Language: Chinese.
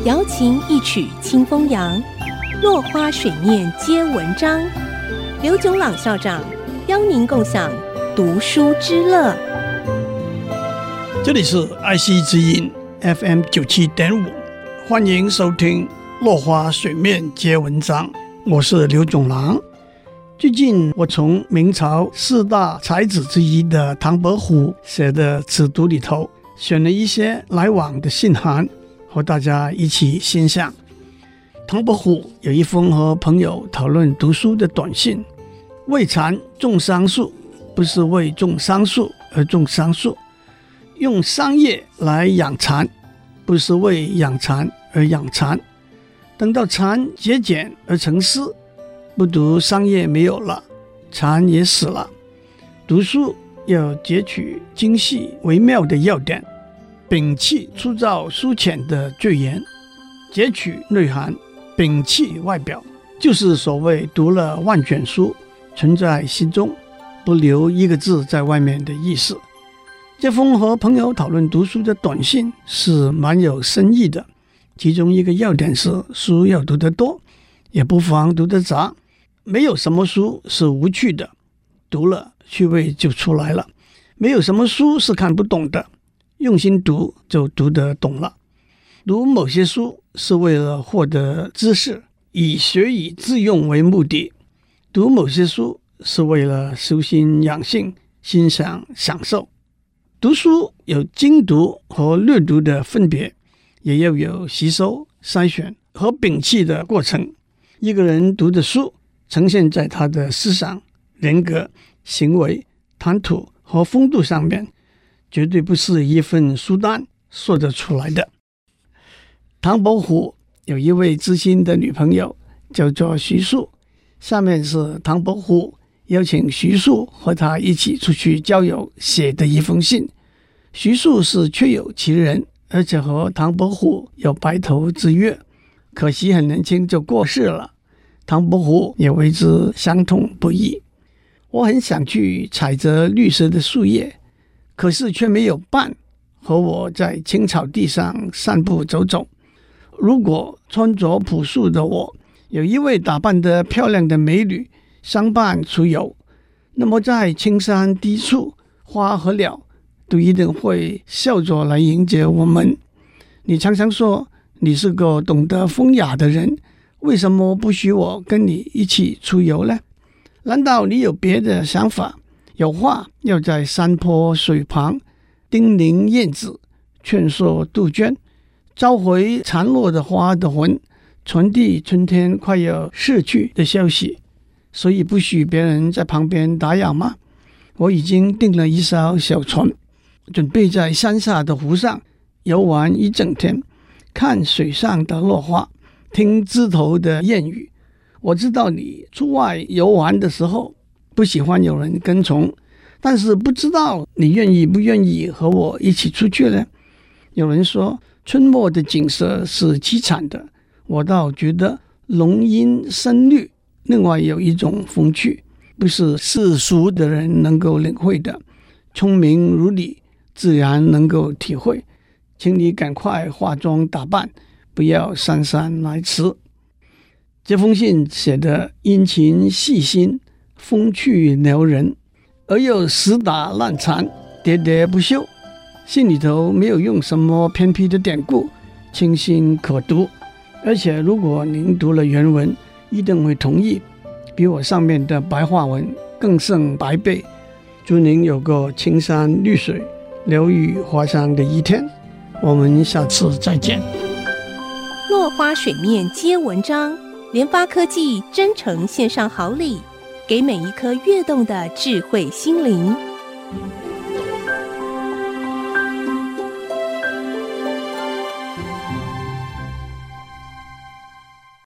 瑶琴一曲清风扬，落花水面皆文章。刘炯朗校长邀您共享读书之乐。 这里是爱惜之音 FM 97.5，欢迎收听落花水面皆文章，我是刘炯朗。最近我从明朝四大才子之一的唐伯虎写的词读里头选了一些来往的信函，和大家一起欣赏。唐伯虎有一封和朋友讨论读书的短信：为蚕种桑树，不是为种桑树而种桑树；用桑叶来养蚕，不是为养蚕而养蚕。等到蚕结茧而成丝，不读桑叶没有了，蚕也死了。读书要截取精细微妙的要点，摒弃粗糙疏浅的赘言，截取内涵，摒弃外表，就是所谓读了万卷书，存在心中，不留一个字在外面的意思。这封和朋友讨论读书的短信是蛮有深意的，其中一个要点是书要读得多，也不妨读得杂。没有什么书是无趣的，读了趣味就出来了；没有什么书是看不懂的，用心读就读得懂了。读某些书是为了获得知识，以学以致用为目的；读某些书是为了修心养性，欣赏享受。读书有精读和略读的分别，也要有吸收、筛选和摒弃的过程。一个人读的书呈现在他的思想、人格、行为、谈吐和风度上面，绝对不是一份书单说得出来的。唐伯虎有一位知心的女朋友，叫做徐庶。下面是唐伯虎邀请徐庶和他一起出去郊游写的一封信。徐庶是确有其人，而且和唐伯虎有白头之约，可惜很年轻就过世了。唐伯虎也为之伤痛不已。我很想去采着绿色的树叶，可是却没有伴和我在青草地上散步走走。如果穿着朴素的我有一位打扮得漂亮的美女相伴出游，那么在青山低处，花和鸟都一定会笑着来迎接我们。你常常说你是个懂得风雅的人，为什么不许我跟你一起出游呢？难道你有别的想法？有话要在山坡水旁叮咛燕子，劝说杜鹃，召回残落的花的魂，传递春天快要逝去的消息，所以不许别人在旁边打扰吗？我已经订了一艘小船，准备在山下的湖上游玩一整天，看水上的落花，听枝头的燕语。我知道你出外游玩的时候不喜欢有人跟从，但是不知道你愿意不愿意和我一起出去呢？有人说春末的景色是凄惨的，我倒觉得浓荫深绿，另外有一种风趣，不是世俗的人能够领会的。聪明如你，自然能够体会。请你赶快化妆打扮，不要姗姗来迟。这封信写得殷勤细心，风趣撩人，而又死打烂缠，喋喋不休。信里头没有用什么偏僻的典故，清新可读。而且如果您读了原文，一定会同意，比我上面的白话文更胜百倍。祝您有个青山绿水、鸟语花香的一天。我们下次再见。 落花水面皆文章，联发科技真诚献上好礼，给每一颗跃动的智慧心灵。